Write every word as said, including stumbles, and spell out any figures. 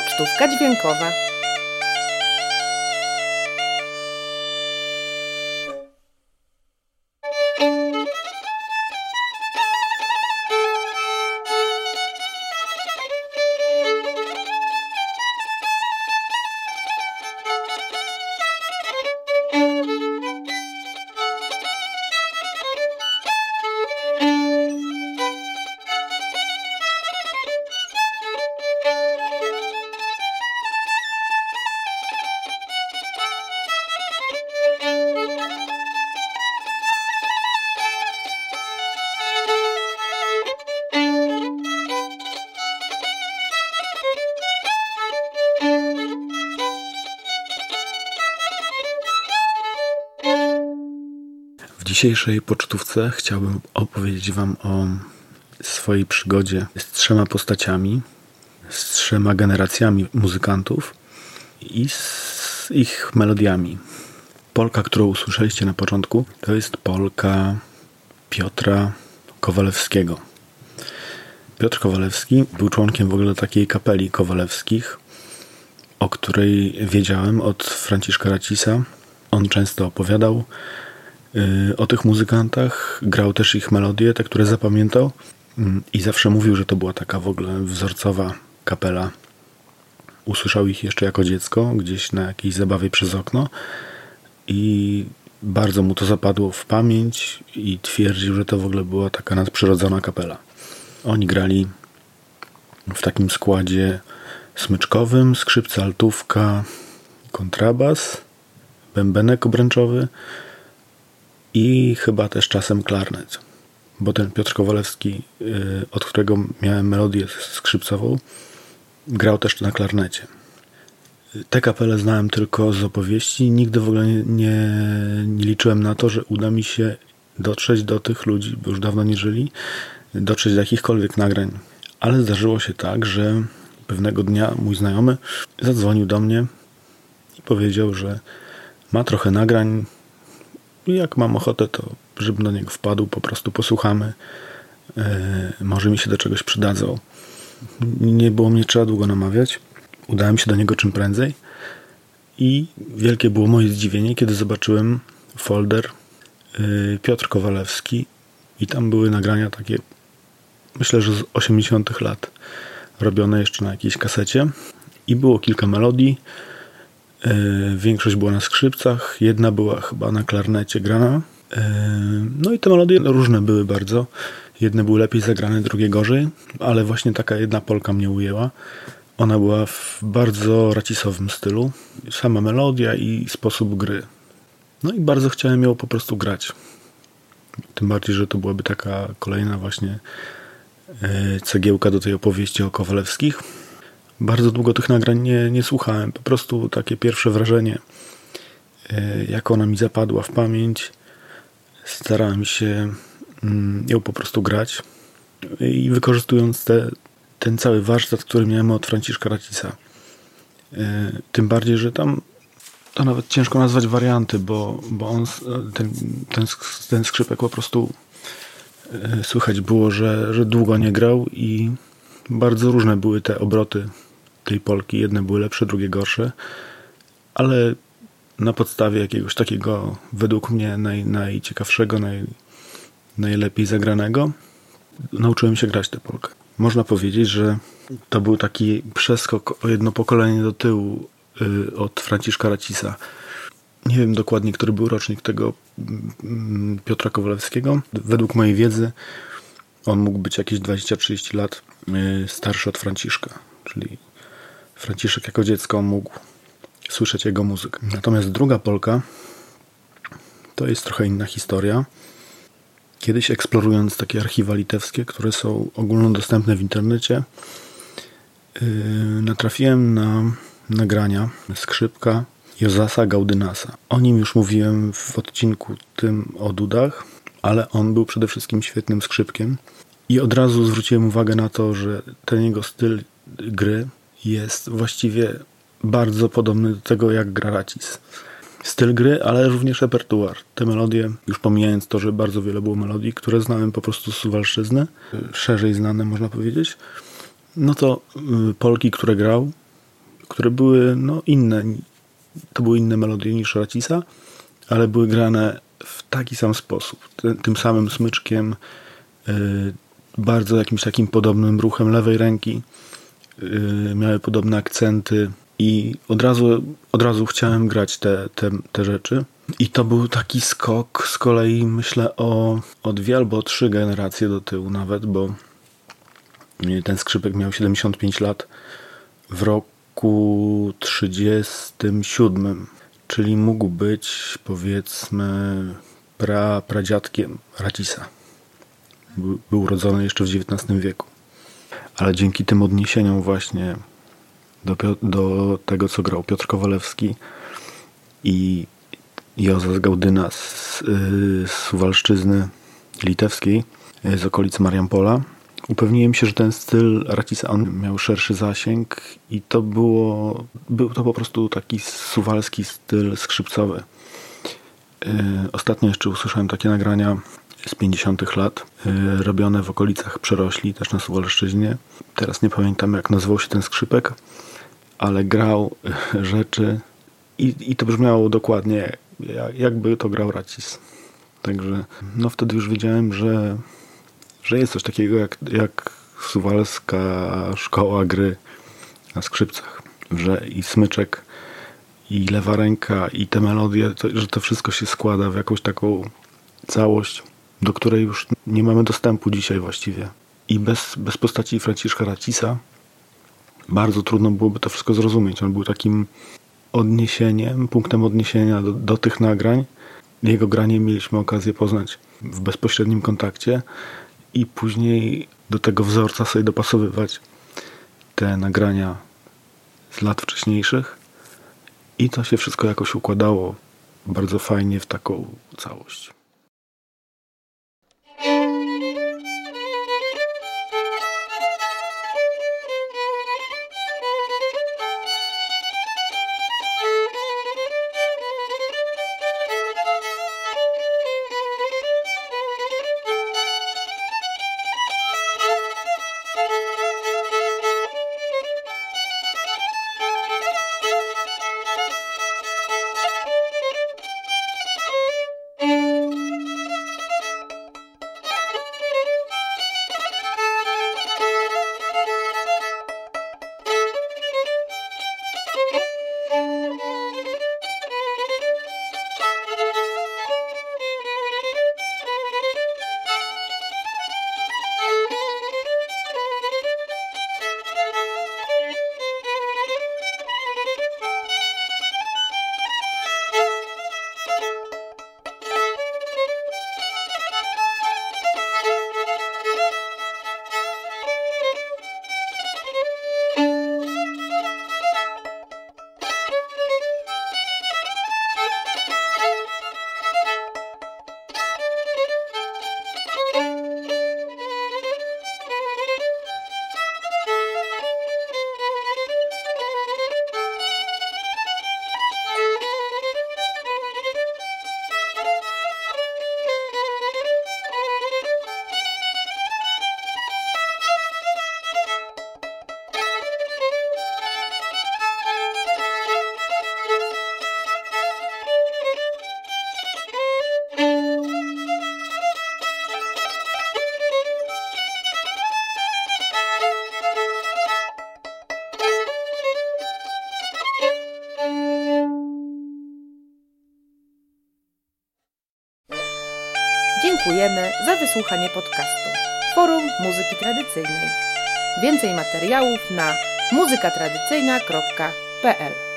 Pocztówka dźwiękowa. W dzisiejszej pocztówce chciałbym opowiedzieć Wam o swojej przygodzie z trzema postaciami, z trzema generacjami muzykantów i z ich melodiami. Polka, którą usłyszeliście na początku, to jest polka Piotra Kowalewskiego. Piotr Kowalewski był członkiem w ogóle takiej kapeli Kowalewskich, o której wiedziałem od Franciszka Racisa. On często opowiadał o tych muzykantach, grał też ich melodie, te, które zapamiętał, i zawsze mówił, że to była taka w ogóle wzorcowa kapela. Usłyszał ich jeszcze jako dziecko, gdzieś na jakiejś zabawie przez okno i bardzo mu to zapadło w pamięć i twierdził, że to w ogóle była taka nadprzyrodzona kapela. Oni grali w takim składzie smyczkowym, skrzypce, altówka, kontrabas, bębenek obręczowy i chyba też czasem klarnet. Bo ten Piotr Kowalewski, od którego miałem melodię skrzypcową, grał też na klarnecie. Tę kapelę znałem tylko z opowieści. Nigdy w ogóle nie, nie, nie liczyłem na to, że uda mi się dotrzeć do tych ludzi, bo już dawno nie żyli, dotrzeć do jakichkolwiek nagrań. Ale zdarzyło się tak, że pewnego dnia mój znajomy zadzwonił do mnie i powiedział, że ma trochę nagrań i jak mam ochotę, to żebym do niego wpadł, po prostu posłuchamy. Yy, może mi się do czegoś przydadzą. Nie było mnie trzeba długo namawiać. Udałem się do niego czym prędzej i wielkie było moje zdziwienie, kiedy zobaczyłem folder yy, Piotr Kowalewski i tam były nagrania takie, myślę, że z osiemdziesiątych lat, robione jeszcze na jakiejś kasecie i było kilka melodii. Yy, większość była na skrzypcach, jedna była chyba na klarnecie grana. Yy, no i te melodie różne były bardzo. Jedne były lepiej zagrane, drugie gorzej, ale właśnie taka jedna polka mnie ujęła. Ona była w bardzo racisowym stylu. Sama melodia i sposób gry. No i bardzo chciałem ją po prostu grać. Tym bardziej, że to byłaby taka kolejna właśnie yy, cegiełka do tej opowieści o Kowalewskich. Bardzo długo tych nagrań nie, nie słuchałem. Po prostu takie pierwsze wrażenie, jak ona mi zapadła w pamięć. Starałem się ją po prostu grać i wykorzystując te, ten cały warsztat, który miałem od Franciszka Racisa. Tym bardziej, że tam to nawet ciężko nazwać warianty, bo, bo on, ten, ten, ten skrzypek po prostu słychać było, że, że długo nie grał i bardzo różne były te obroty tej polki. Jedne były lepsze, drugie gorsze, ale na podstawie jakiegoś takiego według mnie naj, najciekawszego, naj, najlepiej zagranego nauczyłem się grać tę polkę. Można powiedzieć, że to był taki przeskok o jedno pokolenie do tyłu yy, od Franciszka Racisa. Nie wiem dokładnie, który był rocznik tego yy, Piotra Kowalewskiego. Według mojej wiedzy on mógł być jakieś dwadzieścia trzydzieści lat yy, starszy od Franciszka, czyli Franciszek jako dziecko mógł słyszeć jego muzykę. Natomiast druga polka to jest trochę inna historia. Kiedyś eksplorując takie archiwa litewskie, które są ogólnodostępne w internecie, yy, natrafiłem na nagrania skrzypka Jozasa Gaudynasa. O nim już mówiłem w odcinku tym o dudach, ale on był przede wszystkim świetnym skrzypkiem i od razu zwróciłem uwagę na to, że ten jego styl gry jest właściwie bardzo podobny do tego, jak gra Racis. Styl gry, ale również repertuar. Te melodie, już pomijając to, że bardzo wiele było melodii, które znałem po prostu z Suwalszczyzny, szerzej znane można powiedzieć, no to polki, które grał, które były no, inne. To były inne melodie niż Racisa, ale były grane w taki sam sposób. Tym samym smyczkiem, yy, bardzo jakimś takim podobnym ruchem lewej ręki. Yy, miały podobne akcenty i od razu, od razu chciałem grać te, te, te rzeczy. I to był taki skok z kolei, myślę, o, o dwie albo trzy generacje do tyłu nawet, bo ten skrzypek miał siedemdziesiąt pięć lat w roku trzydziestym siódmym, czyli mógł być, powiedzmy, pra, pradziadkiem Racisa. Był, był urodzony jeszcze w dziewiętnastym wieku. Ale dzięki tym odniesieniom właśnie do, do tego, co grał Piotr Kowalewski i Józef Gaudyna z, z Suwalszczyzny litewskiej, z okolic Mariampola, upewniłem się, że ten styl Racisa, on miał szerszy zasięg i to było, był to po prostu taki suwalski styl skrzypcowy. Ostatnio jeszcze usłyszałem takie nagrania z pięćdziesiątych lat, robione w okolicach Przerośli, też na Suwalszczyźnie. Teraz nie pamiętam, jak nazywał się ten skrzypek, ale grał rzeczy i, i to brzmiało dokładnie, jakby to grał Racis. Także no wtedy już wiedziałem, że, że jest coś takiego jak, jak suwalska szkoła gry na skrzypcach, że i smyczek, i lewa ręka, i te melodie, to, że to wszystko się składa w jakąś taką całość, do której już nie mamy dostępu dzisiaj właściwie. I bez, bez postaci Franciszka Racisa bardzo trudno byłoby to wszystko zrozumieć. On był takim odniesieniem, punktem odniesienia do, do tych nagrań. Jego granie mieliśmy okazję poznać w bezpośrednim kontakcie i później do tego wzorca sobie dopasowywać te nagrania z lat wcześniejszych i to się wszystko jakoś układało bardzo fajnie w taką całość. Dziękujemy za wysłuchanie podcastu Forum Muzyki Tradycyjnej. Więcej materiałów na muzyka tradycyjna kropka p l.